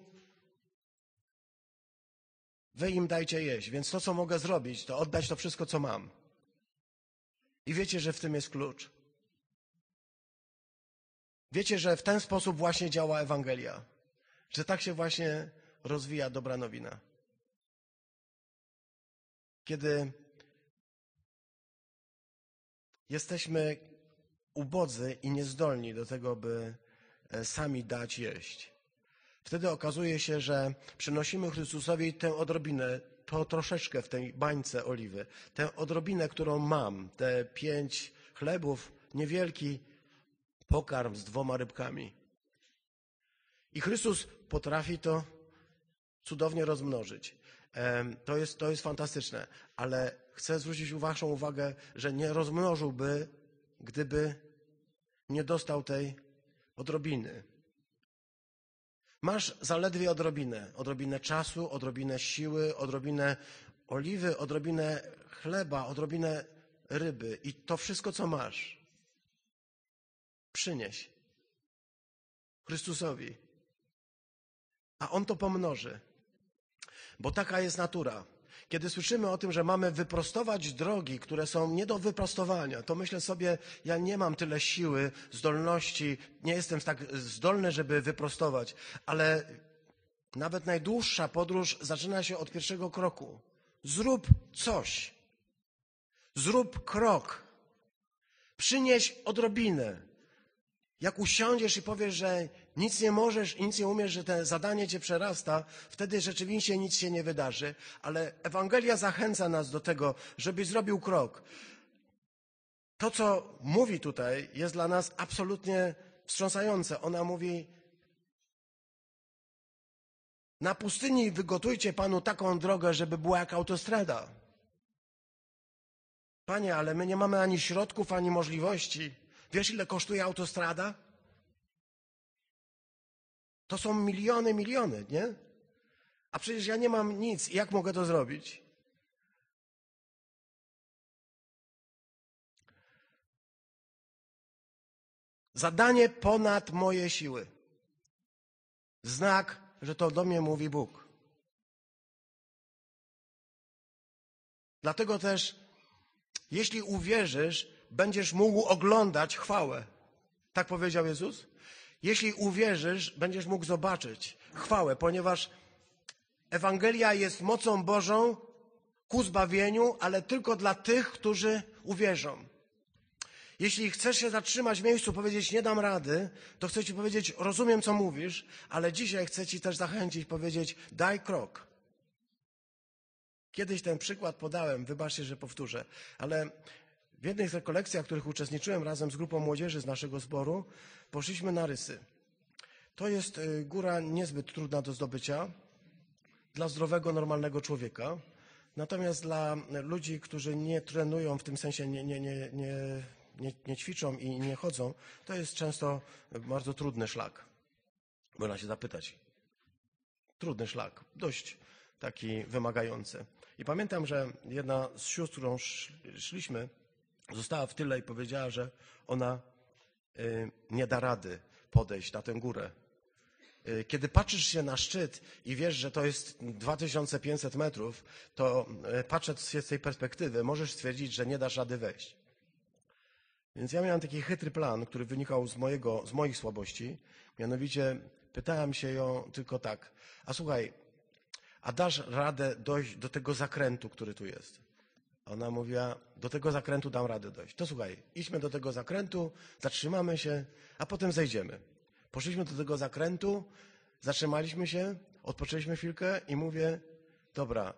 wy im dajcie jeść, więc to, co mogę zrobić, to oddać to wszystko, co mam. I wiecie, że w tym jest klucz. Wiecie, że w ten sposób właśnie działa Ewangelia. Że tak się właśnie rozwija dobra nowina. Kiedy jesteśmy ubodzy i niezdolni do tego, by sami dać jeść. Wtedy okazuje się, że przynosimy Chrystusowi tę odrobinę, to troszeczkę w tej bańce oliwy, tę odrobinę, którą mam, te pięć chlebów, niewielki pokarm z dwoma rybkami. I Chrystus potrafi to cudownie rozmnożyć. To jest, to jest fantastyczne, ale chcę zwrócić waszą uwagę, że nie rozmnożyłby, gdyby nie dostał tej odrobiny. Masz zaledwie odrobinę, odrobinę czasu, odrobinę siły, odrobinę oliwy, odrobinę chleba, odrobinę ryby i to wszystko, co masz, przynieś Chrystusowi, a On to pomnoży. Bo taka jest natura. Kiedy słyszymy o tym, że mamy wyprostować drogi, które są nie do wyprostowania, to myślę sobie, ja nie mam tyle siły, zdolności, nie jestem tak zdolny, żeby wyprostować, ale nawet najdłuższa podróż zaczyna się od pierwszego kroku. Zrób coś. Zrób krok. Przynieś odrobinę. Jak usiądziesz i powiesz, że nic nie możesz i nic nie umiesz, że to zadanie cię przerasta, wtedy rzeczywiście nic się nie wydarzy. Ale Ewangelia zachęca nas do tego, żebyś zrobił krok. To, co mówi tutaj, jest dla nas absolutnie wstrząsające. Ona mówi, na pustyni wygotujcie Panu taką drogę, żeby była jak autostrada. Panie, ale my nie mamy ani środków, ani możliwości. Wiesz, ile kosztuje autostrada? To są miliony, miliony, nie? A przecież ja nie mam nic. Jak mogę to zrobić? Zadanie ponad moje siły. Znak, że to do mnie mówi Bóg. Dlatego też, jeśli uwierzysz, będziesz mógł oglądać chwałę. Tak powiedział Jezus? Jeśli uwierzysz, będziesz mógł zobaczyć chwałę, ponieważ Ewangelia jest mocą Bożą ku zbawieniu, ale tylko dla tych, którzy uwierzą. Jeśli chcesz się zatrzymać w miejscu, powiedzieć nie dam rady, to chcę ci powiedzieć, rozumiem co mówisz, ale dzisiaj chcę ci też zachęcić, powiedzieć daj krok. Kiedyś ten przykład podałem, wybaczcie, że powtórzę, ale w jednej z rekolekcji, w których uczestniczyłem razem z grupą młodzieży z naszego zboru, poszliśmy na Rysy. To jest góra niezbyt trudna do zdobycia dla zdrowego, normalnego człowieka. Natomiast dla ludzi, którzy nie trenują, w tym sensie nie, nie, nie, nie, nie, nie ćwiczą i nie chodzą, to jest często bardzo trudny szlak. Można się zapytać. Trudny szlak, dość taki wymagający. I pamiętam, że jedna z sióstr, którą szliśmy, została w tyle i powiedziała, że ona y, nie da rady podejść na tę górę. Y, kiedy patrzysz się na szczyt i wiesz, że to jest dwa tysiące pięćset metrów, to y, patrząc się z tej perspektywy, możesz stwierdzić, że nie dasz rady wejść. Więc ja miałem taki chytry plan, który wynikał z, mojego, z moich słabości. Mianowicie pytałem się ją tylko tak, a słuchaj, a dasz radę dojść do tego zakrętu, który tu jest? Ona mówiła, do tego zakrętu dam radę dojść. To słuchaj, idźmy do tego zakrętu, zatrzymamy się, a potem zejdziemy. Poszliśmy do tego zakrętu, zatrzymaliśmy się, odpoczęliśmy chwilkę i mówię, dobra,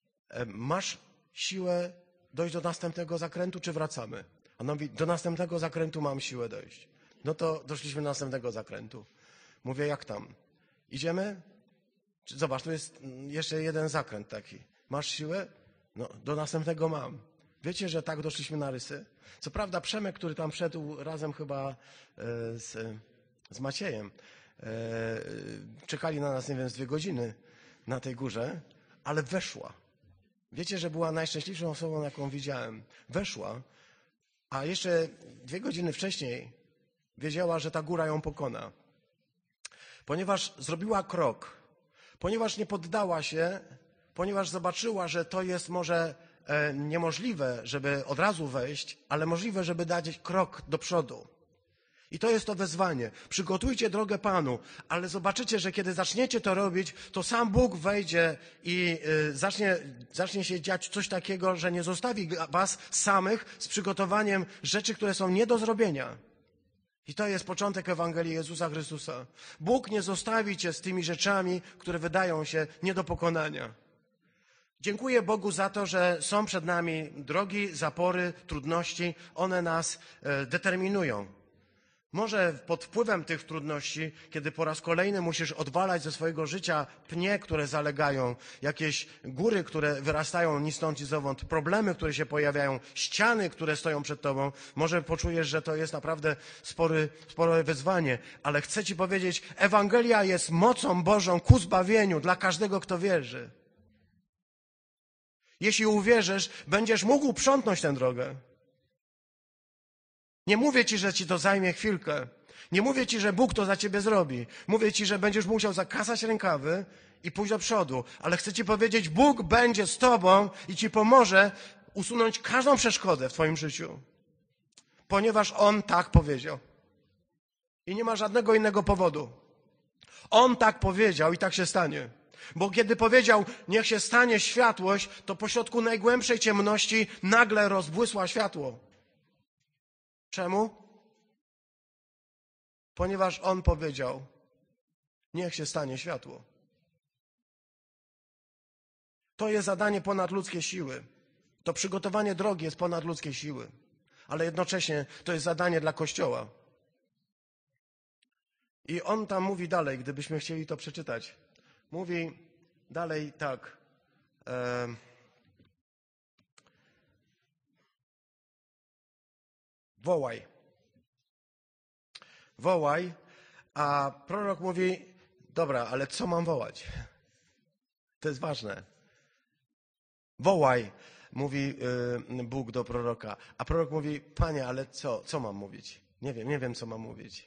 masz siłę dojść do następnego zakrętu, czy wracamy? Ona mówi, do następnego zakrętu mam siłę dojść. No to doszliśmy do następnego zakrętu. Mówię, jak tam? Idziemy? Zobacz, tu jest jeszcze jeden zakręt taki. Masz siłę? No, do następnego mam. Wiecie, że tak doszliśmy na Rysy? Co prawda Przemek, który tam szedł razem chyba e, z, z Maciejem, e, czekali na nas, nie wiem, z dwie godziny na tej górze, ale weszła. Wiecie, że była najszczęśliwszą osobą, jaką widziałem. Weszła, a jeszcze dwie godziny wcześniej wiedziała, że ta góra ją pokona. Ponieważ zrobiła krok, ponieważ nie poddała się, ponieważ zobaczyła, że to jest może e, niemożliwe, żeby od razu wejść, ale możliwe, żeby dać krok do przodu. I to jest to wezwanie. Przygotujcie drogę Panu, ale zobaczycie, że kiedy zaczniecie to robić, to sam Bóg wejdzie i y, zacznie, zacznie się dziać coś takiego, że nie zostawi was samych z przygotowaniem rzeczy, które są nie do zrobienia. I to jest początek Ewangelii Jezusa Chrystusa. Bóg nie zostawi cię z tymi rzeczami, które wydają się nie do pokonania. Dziękuję Bogu za to, że są przed nami drogi, zapory, trudności. One nas e, determinują. Może pod wpływem tych trudności, kiedy po raz kolejny musisz odwalać ze swojego życia pnie, które zalegają, jakieś góry, które wyrastają ni stąd, ni zowąd, problemy, które się pojawiają, ściany, które stoją przed tobą, może poczujesz, że to jest naprawdę spory, spore wyzwanie. Ale chcę ci powiedzieć, Ewangelia jest mocą Bożą ku zbawieniu dla każdego, kto wierzy. Jeśli uwierzysz, będziesz mógł przątnąć tę drogę. Nie mówię ci, że ci to zajmie chwilkę. Nie mówię ci, że Bóg to za ciebie zrobi. Mówię ci, że będziesz musiał zakasać rękawy i pójść do przodu. Ale chcę ci powiedzieć, Bóg będzie z tobą i ci pomoże usunąć każdą przeszkodę w twoim życiu. Ponieważ On tak powiedział. I nie ma żadnego innego powodu. On tak powiedział i tak się stanie. Bo kiedy powiedział, niech się stanie światłość, to pośrodku najgłębszej ciemności nagle rozbłysła światło. Czemu? Ponieważ On powiedział, niech się stanie światło. To jest zadanie ponadludzkiej siły. To przygotowanie drogi jest ponadludzkiej siły. Ale jednocześnie to jest zadanie dla Kościoła. I On tam mówi dalej, gdybyśmy chcieli to przeczytać. Mówi dalej tak. E, Wołaj. Wołaj, a prorok mówi, dobra, ale co mam wołać? To jest ważne. Wołaj, mówi Bóg do proroka. A prorok mówi, Panie, ale co, co mam mówić? Nie wiem, nie wiem, co mam mówić.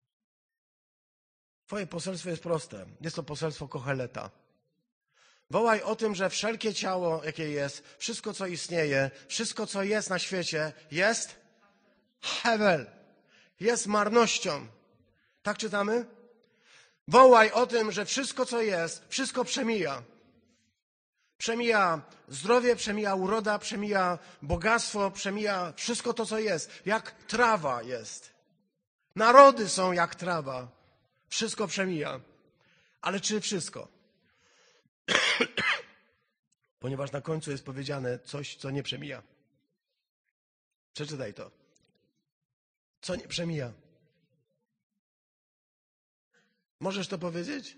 Twoje poselstwo jest proste. Jest to poselstwo Kocheleta. Wołaj o tym, że wszelkie ciało, jakie jest, wszystko, co istnieje, wszystko, co jest na świecie, jest Hevel. Jest marnością. Tak czytamy? Wołaj o tym, że wszystko, co jest, wszystko przemija. Przemija zdrowie, przemija uroda, przemija bogactwo, przemija wszystko to, co jest. Jak trawa jest. Narody są jak trawa. Wszystko przemija. Ale czy wszystko? Ponieważ na końcu jest powiedziane coś, co nie przemija. Przeczytaj to. Co nie przemija? Możesz to powiedzieć?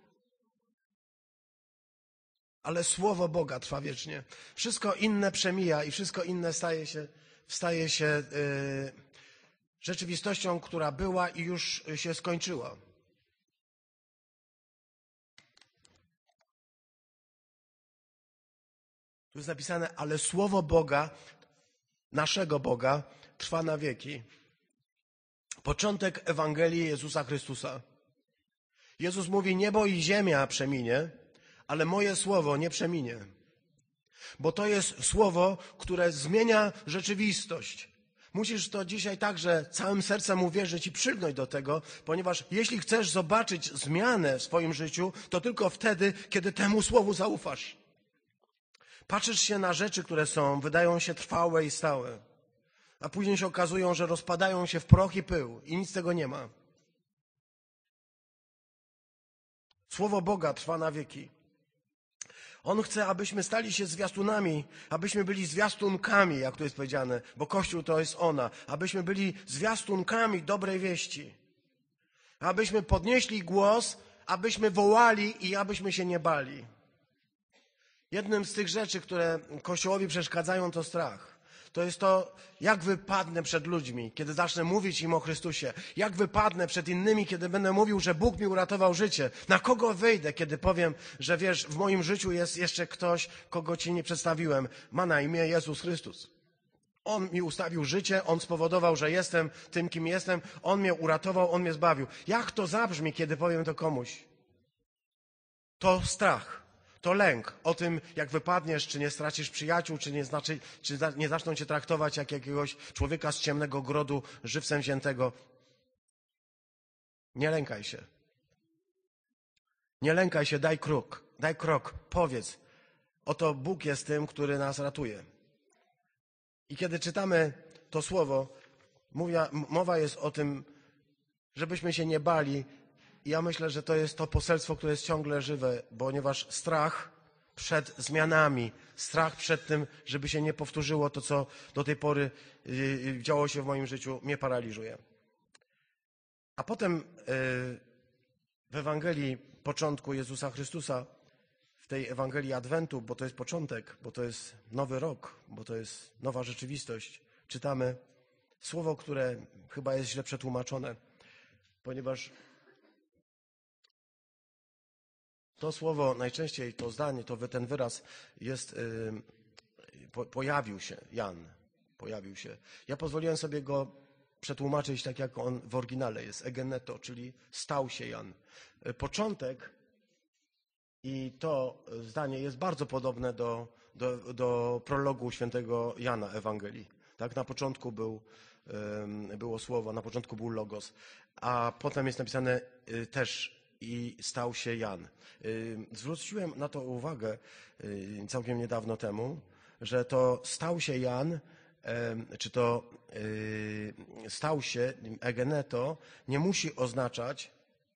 Ale słowo Boga trwa wiecznie. Wszystko inne przemija i wszystko inne staje się, staje się yy, rzeczywistością, która była i już się skończyła. Tu jest napisane, ale słowo Boga, naszego Boga, trwa na wieki. Początek Ewangelii Jezusa Chrystusa. Jezus mówi, niebo i ziemia przeminie, ale moje słowo nie przeminie. Bo to jest słowo, które zmienia rzeczywistość. Musisz to dzisiaj także całym sercem uwierzyć i przylgnąć do tego, ponieważ jeśli chcesz zobaczyć zmianę w swoim życiu, to tylko wtedy, kiedy temu słowu zaufasz. Patrzysz się na rzeczy, które są, wydają się trwałe i stałe, a później się okazują, że rozpadają się w proch i pył i nic z tego nie ma. Słowo Boga trwa na wieki. On chce, abyśmy stali się zwiastunami, abyśmy byli zwiastunkami, jak tu jest powiedziane, bo Kościół to jest ona, abyśmy byli zwiastunkami dobrej wieści. Abyśmy podnieśli głos, abyśmy wołali i abyśmy się nie bali. Jednym z tych rzeczy, które Kościołowi przeszkadzają, to strach. To jest to, jak wypadnę przed ludźmi, kiedy zacznę mówić im o Chrystusie. Jak wypadnę przed innymi, kiedy będę mówił, że Bóg mi uratował życie. Na kogo wyjdę, kiedy powiem, że wiesz, w moim życiu jest jeszcze ktoś, kogo ci nie przedstawiłem. Ma na imię Jezus Chrystus. On mi ustawił życie, On spowodował, że jestem tym, kim jestem. On mnie uratował, On mnie zbawił. Jak to zabrzmi, kiedy powiem to komuś? To strach. To lęk o tym, jak wypadniesz, czy nie stracisz przyjaciół, czy nie, znaczy, czy nie zaczną cię traktować jak jakiegoś człowieka z ciemnego grodu, żywcem wziętego. Nie lękaj się. Nie lękaj się, daj krok, daj krok, powiedz. Oto Bóg jest tym, który nas ratuje. I kiedy czytamy to słowo, mówia, mowa jest o tym, żebyśmy się nie bali. I ja myślę, że to jest to poselstwo, które jest ciągle żywe, ponieważ strach przed zmianami, strach przed tym, żeby się nie powtórzyło to, co do tej pory działo się w moim życiu, mnie paraliżuje. A potem w Ewangelii początku Jezusa Chrystusa, w tej Ewangelii Adwentu, bo to jest początek, bo to jest nowy rok, bo to jest nowa rzeczywistość, czytamy słowo, które chyba jest źle przetłumaczone, ponieważ to słowo, najczęściej to zdanie, to ten wyraz jest, yy, po, pojawił się, Jan, pojawił się. Ja pozwoliłem sobie go przetłumaczyć tak, jak on w oryginale jest, egeneto, czyli stał się Jan. Początek i to zdanie jest bardzo podobne do, do, do prologu świętego Jana Ewangelii. Tak, na początku był, yy, było słowo, na początku był logos, a potem jest napisane yy, też i stał się Jan. Zwróciłem na to uwagę całkiem niedawno temu, że to stał się Jan, czy to stał się, egeneto, nie musi oznaczać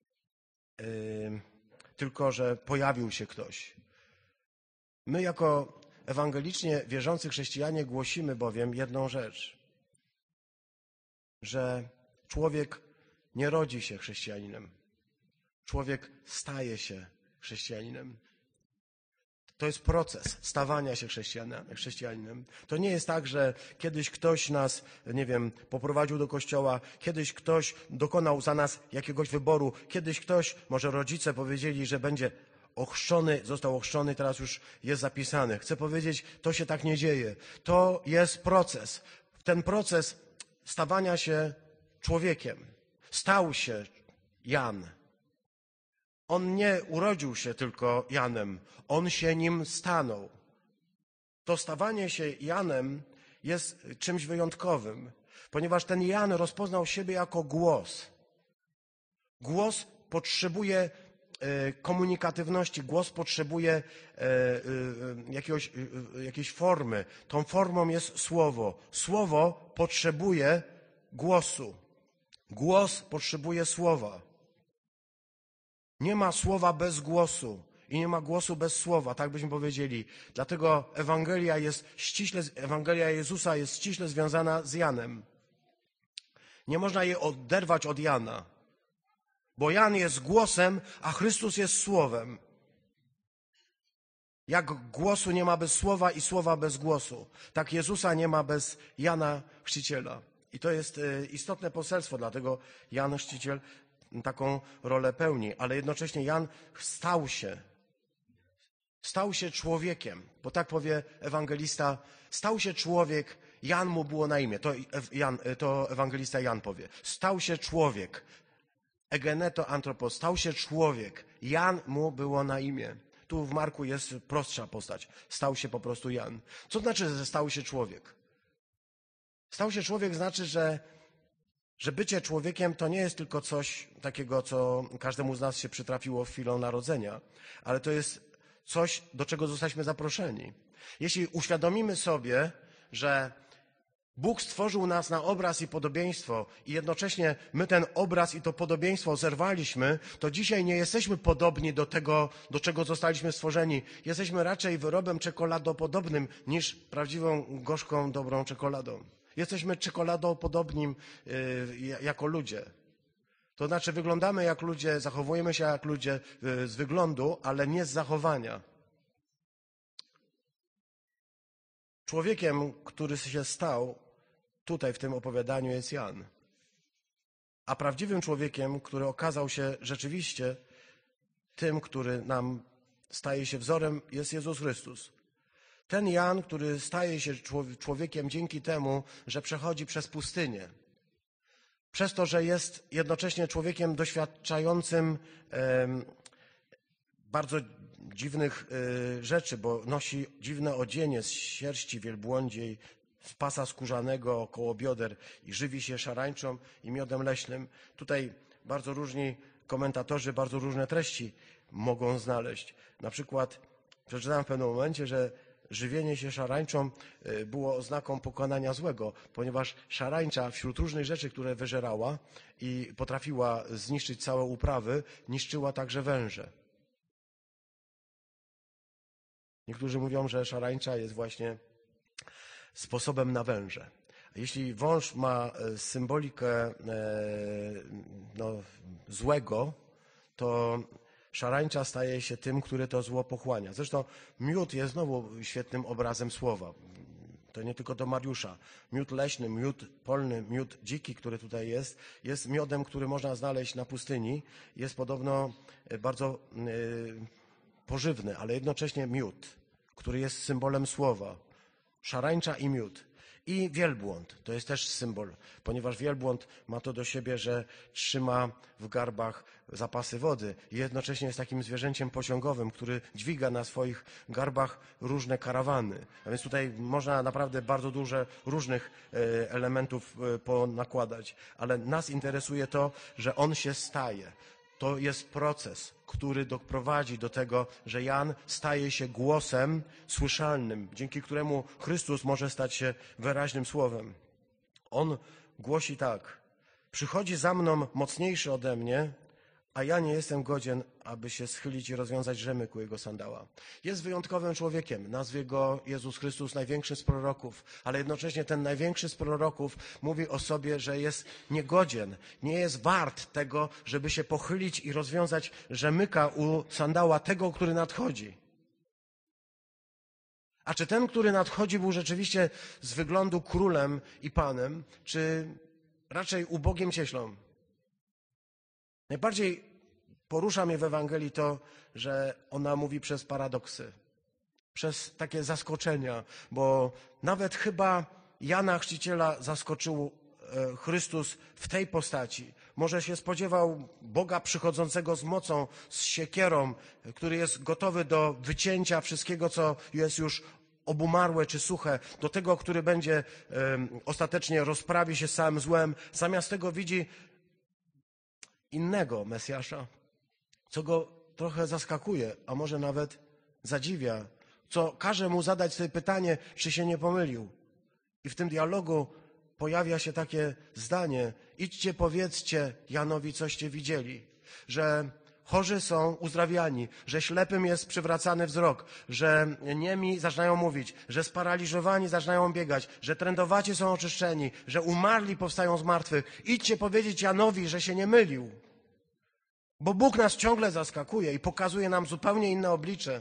tylko, że pojawił się ktoś. My jako ewangelicznie wierzący chrześcijanie głosimy bowiem jedną rzecz, że człowiek nie rodzi się chrześcijaninem. Człowiek staje się chrześcijaninem. To jest proces stawania się chrześcijaninem. chrześcijaninem. To nie jest tak, że kiedyś ktoś nas, nie wiem, poprowadził do kościoła, kiedyś ktoś dokonał za nas jakiegoś wyboru, kiedyś ktoś, może rodzice powiedzieli, że będzie ochrzczony, został ochrzczony, teraz już jest zapisany. Chcę powiedzieć, to się tak nie dzieje. To jest proces. Ten proces stawania się człowiekiem. Stał się Jan. On nie urodził się tylko Janem, on się nim stanął. To stawanie się Janem jest czymś wyjątkowym, ponieważ ten Jan rozpoznał siebie jako głos. Głos potrzebuje komunikatywności, głos potrzebuje jakiegoś, jakiejś formy. Tą formą jest słowo. Słowo potrzebuje głosu. Głos potrzebuje słowa. Nie ma słowa bez głosu i nie ma głosu bez słowa, tak byśmy powiedzieli. Dlatego Ewangelia jest ściśle, Ewangelia Jezusa jest ściśle związana z Janem. Nie można jej oderwać od Jana, bo Jan jest głosem, a Chrystus jest słowem. Jak głosu nie ma bez słowa i słowa bez głosu, tak Jezusa nie ma bez Jana Chrzciciela. I to jest istotne poselstwo, dlatego Jan Chrzciciel taką rolę pełni, ale jednocześnie Jan stał się, stał się człowiekiem, bo tak powie ewangelista, stał się człowiek, Jan mu było na imię, to, Jan, to ewangelista Jan powie, stał się człowiek, egeneto antropos, stał się człowiek, Jan mu było na imię. Tu w Marku jest prostsza postać, stał się po prostu Jan. Co znaczy, że stał się człowiek? Stał się człowiek znaczy, że Że bycie człowiekiem to nie jest tylko coś takiego, co każdemu z nas się przytrafiło chwilą narodzenia, ale to jest coś, do czego zostaliśmy zaproszeni. Jeśli uświadomimy sobie, że Bóg stworzył nas na obraz i podobieństwo i jednocześnie my ten obraz i to podobieństwo zerwaliśmy, to dzisiaj nie jesteśmy podobni do tego, do czego zostaliśmy stworzeni. Jesteśmy raczej wyrobem czekoladopodobnym niż prawdziwą, gorzką, dobrą czekoladą. Jesteśmy czekoladopodobni y, jako ludzie. To znaczy wyglądamy jak ludzie, zachowujemy się jak ludzie y, z wyglądu, ale nie z zachowania. Człowiekiem, który się stał tutaj w tym opowiadaniu jest Jan. A prawdziwym człowiekiem, który okazał się rzeczywiście tym, który nam staje się wzorem, jest Jezus Chrystus. Ten Jan, który staje się człowiekiem dzięki temu, że przechodzi przez pustynię. Przez to, że jest jednocześnie człowiekiem doświadczającym e, bardzo dziwnych e, rzeczy, bo nosi dziwne odzienie z sierści wielbłądziej, z pasa skórzanego około bioder i żywi się szarańczą i miodem leśnym. Tutaj bardzo różni komentatorzy bardzo różne treści mogą znaleźć. Na przykład przeczytałem w pewnym momencie, że żywienie się szarańczą było oznaką pokonania złego, ponieważ szarańcza wśród różnych rzeczy, które wyżerała i potrafiła zniszczyć całe uprawy, niszczyła także węże. Niektórzy mówią, że szarańcza jest właśnie sposobem na węże. Jeśli wąż ma symbolikę no, złego, to szarańcza staje się tym, który to zło pochłania. Zresztą miód jest znowu świetnym obrazem słowa. To nie tylko do Mariusza. Miód leśny, miód polny, miód dziki, który tutaj jest, jest miodem, który można znaleźć na pustyni. Jest podobno bardzo yy, pożywny, ale jednocześnie miód, który jest symbolem słowa. Szarańcza i miód. I wielbłąd, to jest też symbol, ponieważ wielbłąd ma to do siebie, że trzyma w garbach zapasy wody i jednocześnie jest takim zwierzęciem pociągowym, który dźwiga na swoich garbach różne karawany. A więc tutaj można naprawdę bardzo dużo różnych elementów ponakładać, ale nas interesuje to, że on się staje. To jest proces, który doprowadzi do tego, że Jan staje się głosem słyszalnym, dzięki któremu Chrystus może stać się wyraźnym słowem. On głosi tak: przychodzi za mną mocniejszy ode mnie, a ja nie jestem godzien, aby się schylić i rozwiązać rzemyk u jego sandała. Jest wyjątkowym człowiekiem, nazwie go Jezus Chrystus, największy z proroków, ale jednocześnie ten największy z proroków mówi o sobie, że jest niegodzien, nie jest wart tego, żeby się pochylić i rozwiązać rzemyka u sandała tego, który nadchodzi. A czy ten, który nadchodzi, był rzeczywiście z wyglądu królem i panem, czy raczej ubogiem cieślą? Najbardziej porusza mnie w Ewangelii to, że ona mówi przez paradoksy, przez takie zaskoczenia, bo nawet chyba Jana Chrzciciela zaskoczył Chrystus w tej postaci. Może się spodziewał Boga przychodzącego z mocą, z siekierą, który jest gotowy do wycięcia wszystkiego, co jest już obumarłe czy suche, do tego, który będzie um, ostatecznie rozprawi się z całym złem. Zamiast tego widzi innego Mesjasza, co go trochę zaskakuje, a może nawet zadziwia, co każe mu zadać sobie pytanie, czy się nie pomylił. I w tym dialogu pojawia się takie zdanie: idźcie, powiedzcie Janowi, coście widzieli, że chorzy są uzdrawiani, że ślepym jest przywracany wzrok, że niemi zaczynają mówić, że sparaliżowani zaczynają biegać, że trędowaci są oczyszczeni, że umarli powstają z martwych. Idźcie powiedzieć Janowi, że się nie mylił. Bo Bóg nas ciągle zaskakuje i pokazuje nam zupełnie inne oblicze.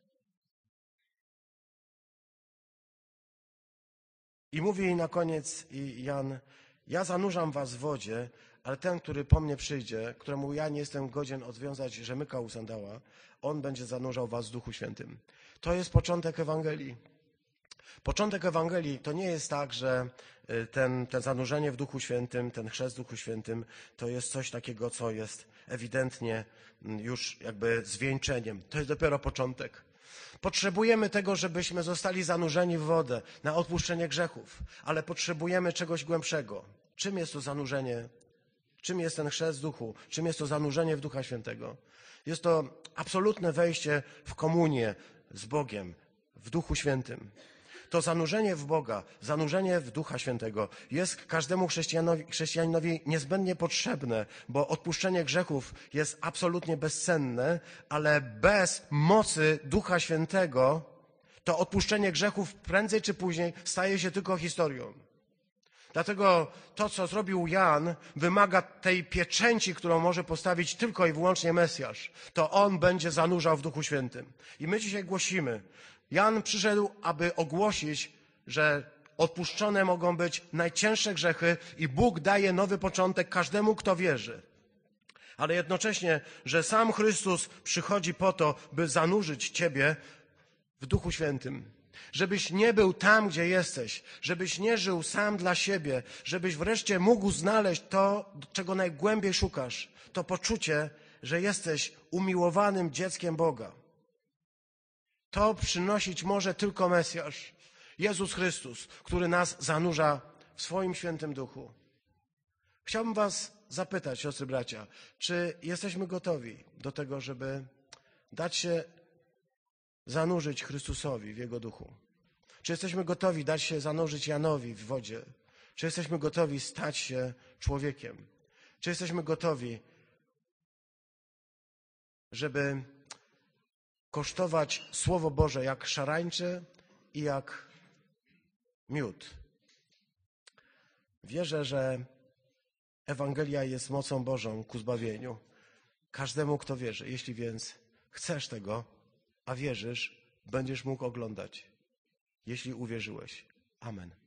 I mówi na koniec Jan: ja zanurzam was w wodzie, ale ten, który po mnie przyjdzie, któremu ja nie jestem godzien odwiązać rzemyka u sandała, on będzie zanurzał was w Duchu Świętym. To jest początek Ewangelii. Początek Ewangelii to nie jest tak, że ten, ten zanurzenie w Duchu Świętym, ten chrzest w Duchu Świętym, to jest coś takiego, co jest ewidentnie już jakby zwieńczeniem. To jest dopiero początek. Potrzebujemy tego, żebyśmy zostali zanurzeni w wodę na odpuszczenie grzechów, ale potrzebujemy czegoś głębszego. Czym jest to zanurzenie? Czym jest ten chrzest w duchu? Czym jest to zanurzenie w Ducha Świętego? Jest to absolutne wejście w komunię z Bogiem, w Duchu Świętym. To zanurzenie w Boga, zanurzenie w Ducha Świętego jest każdemu chrześcijanowi, chrześcijaninowi niezbędnie potrzebne, bo odpuszczenie grzechów jest absolutnie bezcenne, ale bez mocy Ducha Świętego to odpuszczenie grzechów prędzej czy później staje się tylko historią. Dlatego to, co zrobił Jan, wymaga tej pieczęci, którą może postawić tylko i wyłącznie Mesjasz. To on będzie zanurzał w Duchu Świętym. I my dzisiaj głosimy. Jan przyszedł, aby ogłosić, że odpuszczone mogą być najcięższe grzechy i Bóg daje nowy początek każdemu, kto wierzy. Ale jednocześnie, że sam Chrystus przychodzi po to, by zanurzyć ciebie w Duchu Świętym. Żebyś nie był tam, gdzie jesteś, żebyś nie żył sam dla siebie, żebyś wreszcie mógł znaleźć to, czego najgłębiej szukasz. To poczucie, że jesteś umiłowanym dzieckiem Boga. To przynosić może tylko Mesjasz, Jezus Chrystus, który nas zanurza w swoim świętym duchu. Chciałbym was zapytać, siostry, bracia, czy jesteśmy gotowi do tego, żeby dać się zanurzyć Chrystusowi w Jego duchu? Czy jesteśmy gotowi dać się zanurzyć Janowi w wodzie? Czy jesteśmy gotowi stać się człowiekiem? Czy jesteśmy gotowi, żeby kosztować Słowo Boże jak szarańczy i jak miód? Wierzę, że Ewangelia jest mocą Bożą ku zbawieniu każdemu, kto wierzy. Jeśli więc chcesz tego, a wierzysz, będziesz mógł oglądać, jeśli uwierzyłeś. Amen.